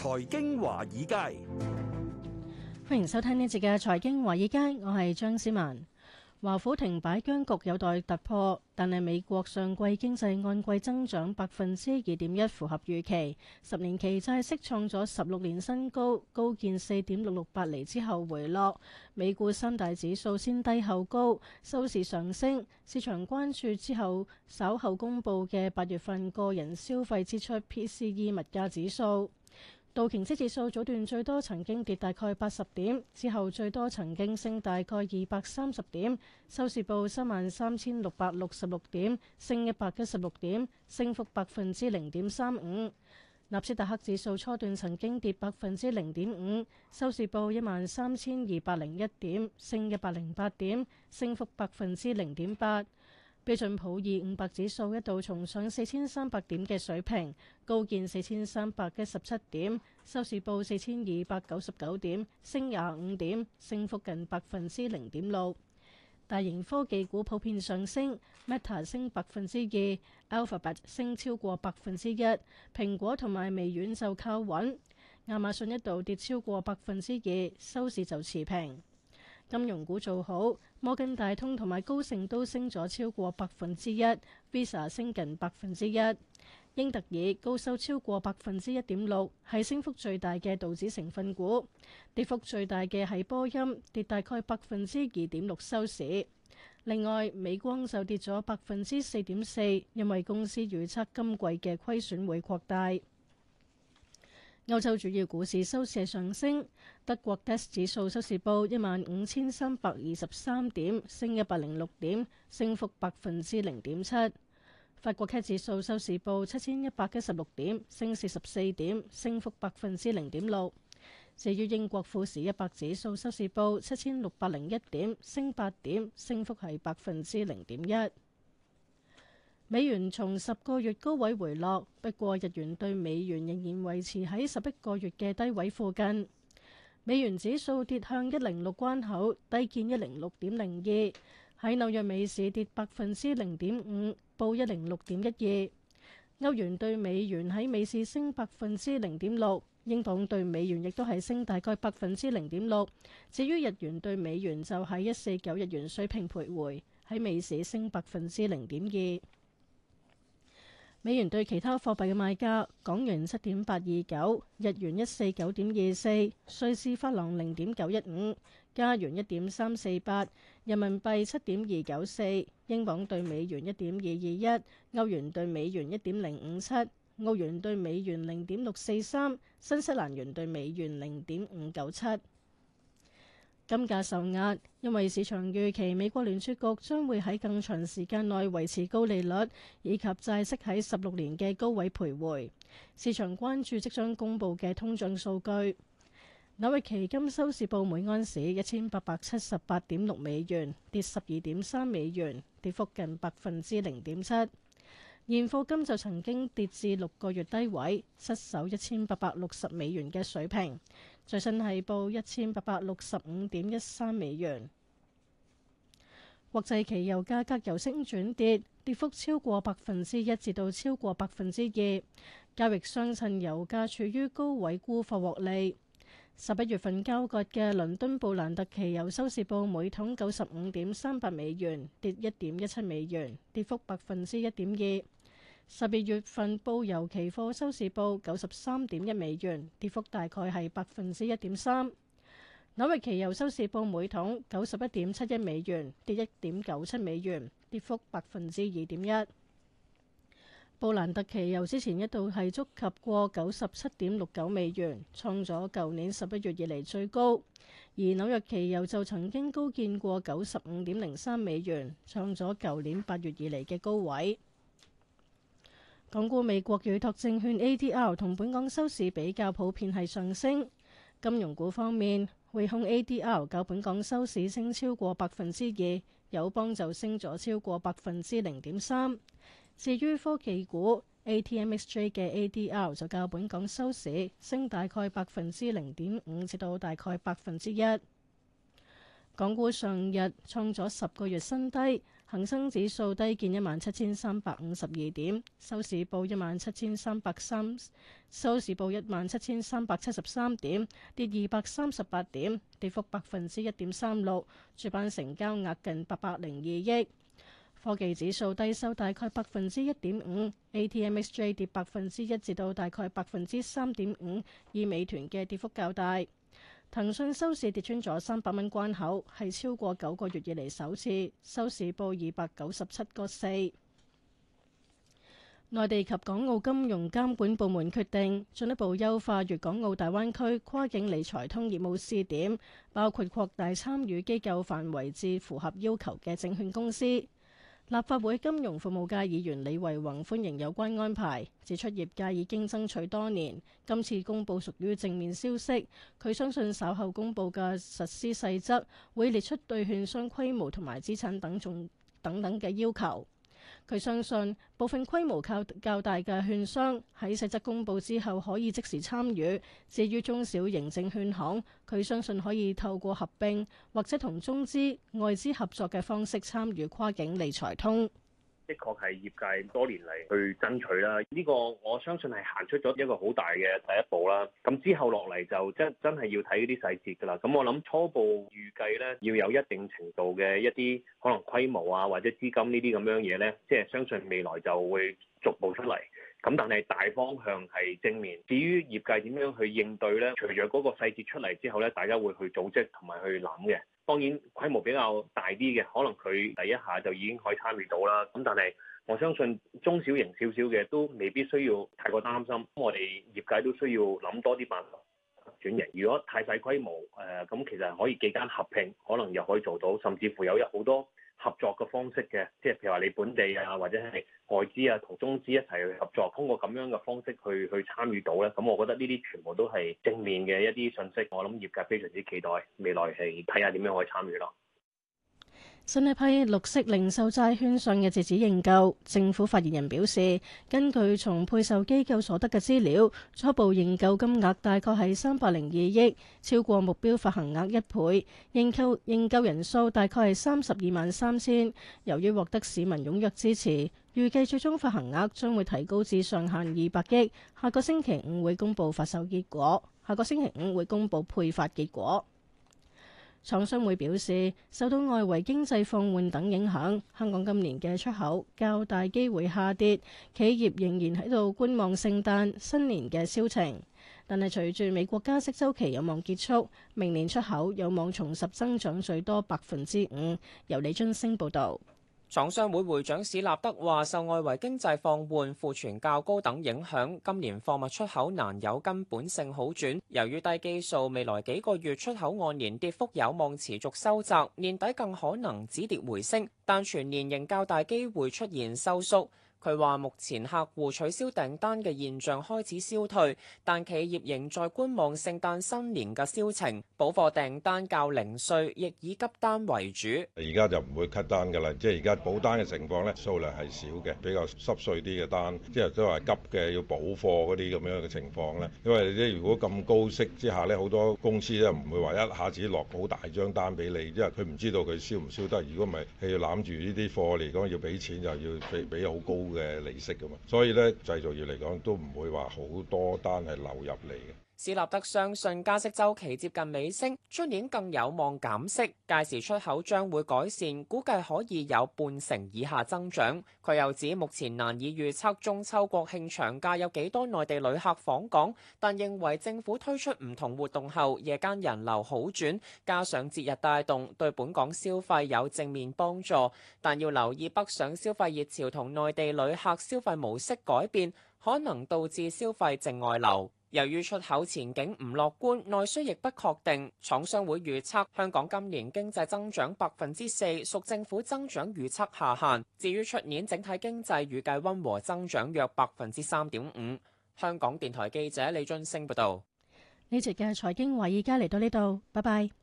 財經華爾街， 歡迎收聽呢節嘅財經華爾街，我係張思文。華府停擺僵局有待突破，但係美國上季經濟按季增長2.1%，符合預期。10年期債息創咗16年新高，高見4.668厘之後回落。美股三大指數先低後高，收市上升。市場關注之後稍後公布嘅8月份個人消費支出 PCE 物價指數。道瓊斯指數早段最多曾經跌大概80點，之後最多曾經升大概230點，收市報33,666點，升116點，升幅0.35%。納斯達克指數初段曾經跌0.5%，收市報13,201點，升108點，升幅0.8%。標準普爾500指數一度重上4,300點嘅水平，高見4,317點，收市報4,299點，升25點，升幅近0.6%。大型科技股普遍上升 ，Meta 升2%，Alphabet 升超過1%，蘋果同埋微軟就靠穩，亞馬遜一度跌超過2%，收市就持平。金融股做好，摩根大通同埋高盛都升咗超過1%，Visa 升近1%，英特爾高收超過1.6%，係升幅最大嘅道指成分股。跌幅最大嘅係波音，跌大概2.6%收市。另外，美光就跌咗4.4%，因為公司預測今季嘅虧損會擴大。歐洲主要股市收市上升，德國 DAX 指數收市報15,323點，升106點，升幅0.7%。法國 CAC 指數收市報7,116點，升44點，升幅0.6%。至於英國富時100指數收市報7,601點，升8點，升幅係0.1%。美元從10個月高位回落，不過日元對美元仍然維持喺11個月嘅低位附近。美元指數跌向106關口，低見106.02，喺紐約美市跌0.5%，報106.12。歐元對美元喺美市升0.6%，英鎊對美元亦都係升大概0.6%。至於日元對美元就喺149日元水平徘徊，喺美市升0.2%。美元對其他貨幣嘅賣價：港元7.829，日元149.24，瑞士法郎0.915，加元1.348，人民幣7.294，英鎊對美元1.221，歐元對美元1.057，澳元對美元0.643，新西蘭元對美元0.597。金價受壓，因為市場預期美國聯儲局將會喺更長時間內維持高利率，以及債息喺16年嘅高位徘徊。市場關注即將公佈嘅通脹數據。紐約期金收市報每安士1878.6美元，跌12.3美元，跌幅近0.7%。現貨金就曾經跌至6個月低位，失守1860美元嘅水平，最新係報1865.13美元。國際期油價格由升轉跌，跌幅超過1%至到超過2%。交易商趁油價處於高位沽貨獲利。11月份交割嘅倫敦布蘭特期油收市報每桶95.38美元，跌1.17美元，跌幅1.2%。12月份布油期貨收市報93.1美元，跌幅大概係1.3%。紐約期油收市報每桶91.71美元，跌1.97美元，跌幅2.1%。布蘭特期油之前一度係觸及過97.69美元，創咗舊年11月以嚟最高。而紐約期油就曾經高見過95.03美元，創咗舊年8月以嚟嘅高位。港股美國預託證券 ADR 同本港收市比較普遍係上升。金融股方面，匯控 ADR 較本港收市升超過2%，友邦就升咗超過0.3%。至於科技股 ATMXJ 嘅 ADR 就較本港收市升大概0.5%至到大概1%。港股上日創咗10個月新低， 恒生指數低見17,352點，收市報17,373點，跌238點，跌幅1.36%。主板成交額近802億。科技指數低收大概1.5%，ATMXJ 跌1%至到大概3.5%，以美團嘅跌幅較大。騰訊收市跌穿咗300蚊關口，係超過9個月以嚟首次，收市報297.4。內地及港澳金融監管部門決定進一步優化粵港澳大灣區跨境理財通業務試點，包括擴大參與機構範圍至符合要求嘅證券公司。立法會金融服務界議員李惟宏歡迎有關安排，指出業界已經爭取多年，今次公佈屬於正面消息。佢相信稍後公佈嘅實施細則會列出對券商規模同埋資產等等嘅要求。佢相信部分規模較大嘅券商喺細則公佈之後可以即時參與，至於中小型證券行，佢相信可以透過合併或者同中資、外資合作嘅方式參與跨境理財通。 的確係業界多年嚟去爭取啦，呢個我相信係行出咗一個好大嘅第一步啦。咁之後落嚟就真係要睇啲細節㗎啦。咁我諗初步預計咧，要有一定程度嘅一啲可能規模啊，或者資金呢啲咁樣嘢咧，即係相信未來就會逐步出嚟。咁但係大方向係正面。至於業界點樣去應對咧，隨著嗰個細節出嚟之後咧，大家會去組織同埋去諗嘅。當然規模比較大啲嘅，可能佢第一下就已經可以參與到啦。咁但係我相信中小型少少嘅都未必需要太過擔心。我哋業界都需要諗多啲辦法轉型。如果太細規模，咁其實可以幾間合併，可能又可以做到，甚至乎有好多合作嘅方式嘅，即係譬如話你本地啊，或者係外資啊，同中資一齊去合作，通過咁樣嘅方式去參與到咧，咁我覺得呢啲全部都係正面嘅一啲信息。我諗業界非常之期待未來係睇下點樣可以參與咯。 新一批綠色零售債券上嘅截止認購，政府發言人表示，根據從配售機構所得嘅資料，初步認購金額大概係302億，超過目標發行額1倍，認購人數大概係323000。由於獲得市民踴躍支持，預計最終發行額將會提高至上限200億。下個星期五會公佈發售結果，下個星期五會公佈配發結果。廠商會表示，受到外圍經濟放緩等影響，香港今年嘅出口較大機會下跌，企業仍然喺度觀望聖誕、新年嘅銷情。但係隨住美國加息週期有望結束，明年出口有望重拾增長最多5%。由李津升報導。 廠商會會長史立德話，受外圍經濟放緩、庫存較高等影響，今年貨物出口難有根本性好轉。由於低基數，未來幾個月出口按年跌幅有望持續收窄，年底更可能止跌回升，但全年仍較大機會出現收縮。佢話：目前客戶取消訂單嘅現象開始消退，但企業仍在觀望聖誕新年嘅銷情。補貨訂單較零碎，亦以急單為主。 而家就唔會 cut 單㗎啦，即係而家補單嘅情況咧，數量係少嘅，比較濕碎啲嘅單，即係都係急嘅要補貨嗰啲咁樣嘅情況咧。因為即如果咁高息之下咧，好多公司咧唔會話一下子落好大張單俾你，因為佢唔知道佢燒唔燒得。如果唔係，係要攬住呢啲貨嚟講，要俾錢就要俾好高嘅利息㗎嘛，所以咧製造業嚟講都唔會話好多單係流入嚟嘅。 史立德相信加息週期接近尾聲，出年更有望減息，屆時出口將會改善，估計可以有50%以下增長。佢又指目前難以預測中秋國慶長假有幾多內地旅客訪港，但認為政府推出唔同活動後，夜間人流好轉，加上節日帶動，對本港消費有正面幫助。但要留意北上消費熱潮同內地旅客消費模式改變，可能導致消費淨外流。由於出口前景唔樂觀，內需亦不確定，廠商會預測香港今年經濟增長4%，屬政府增長預測下限。至於出年整體經濟預計溫和增長約3.5%。香港電台記者李津升報道。 呢節嘅財經華爾街嚟到呢度，拜拜。